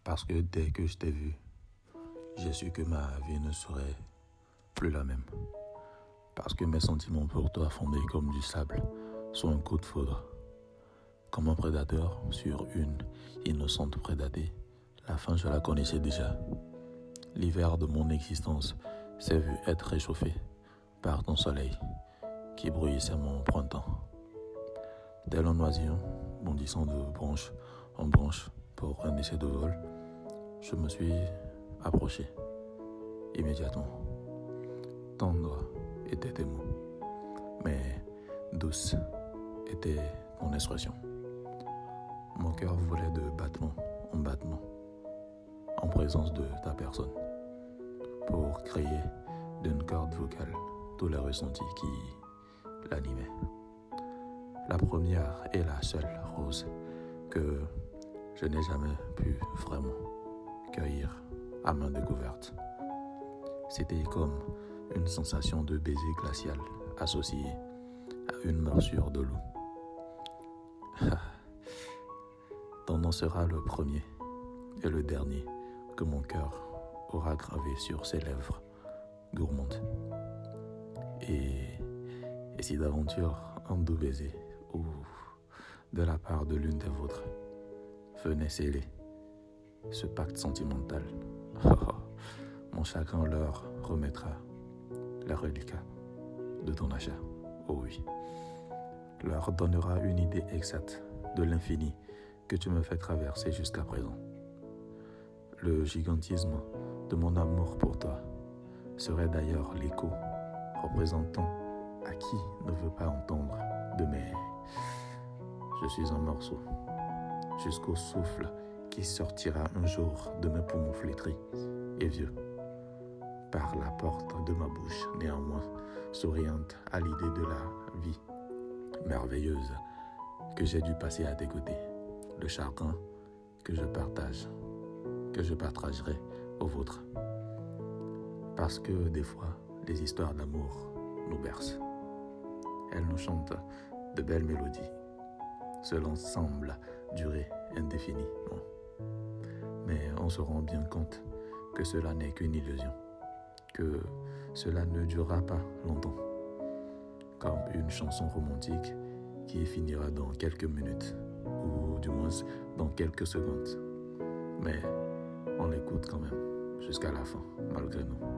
Parce que dès que je t'ai vu, j'ai su que ma vie ne serait plus la même. Parce que mes sentiments pour toi fondés comme du sable sont un coup de foudre. Comme un prédateur sur une innocente prédatée, la fin je la connaissais déjà. L'hiver de mon existence s'est vu être réchauffé par ton soleil qui bruissait mon printemps. Tel un oisillon bondissant de branche en branche pour un essai de vol, je me suis approché immédiatement. Tendre étaient tes mots, mais douce était ton expression. Mon cœur volait de battement en battement en présence de ta personne pour créer d'une corde vocale tous les ressentis qui l'animaient. La première et la seule rose que je n'ai jamais pu vraiment cueillir à main découverte. C'était comme une sensation de baiser glacial associée à une morsure de loup. Ton nom sera le premier et le dernier que mon cœur aura gravé sur ses lèvres gourmandes. Et si d'aventure un doux baiser ou de la part de l'une des vôtres venait sceller ce pacte sentimental, mon chagrin leur remettra les reliquats de ton achat. Oh oui, leur donnera une idée exacte de l'infini que tu me fais traverser jusqu'à présent. Le gigantisme de mon amour pour toi serait d'ailleurs l'écho représentant à qui ne veut pas entendre de mes « je suis un morceau » jusqu'au souffle qui sortira un jour de mes poumons flétris et vieux par la porte de ma bouche, néanmoins souriante à l'idée de la vie merveilleuse que j'ai dû passer à tes côtés, le chagrin que je partagerai au vôtre. Parce que des fois, les histoires d'amour nous bercent. Elles nous chantent de belles mélodies. Cela semble durer indéfiniment. Mais on se rend bien compte que cela n'est qu'une illusion, que cela ne durera pas longtemps, comme une chanson romantique qui finira dans quelques minutes, ou du moins dans quelques secondes. Mais on l'écoute quand même jusqu'à la fin, malgré nous.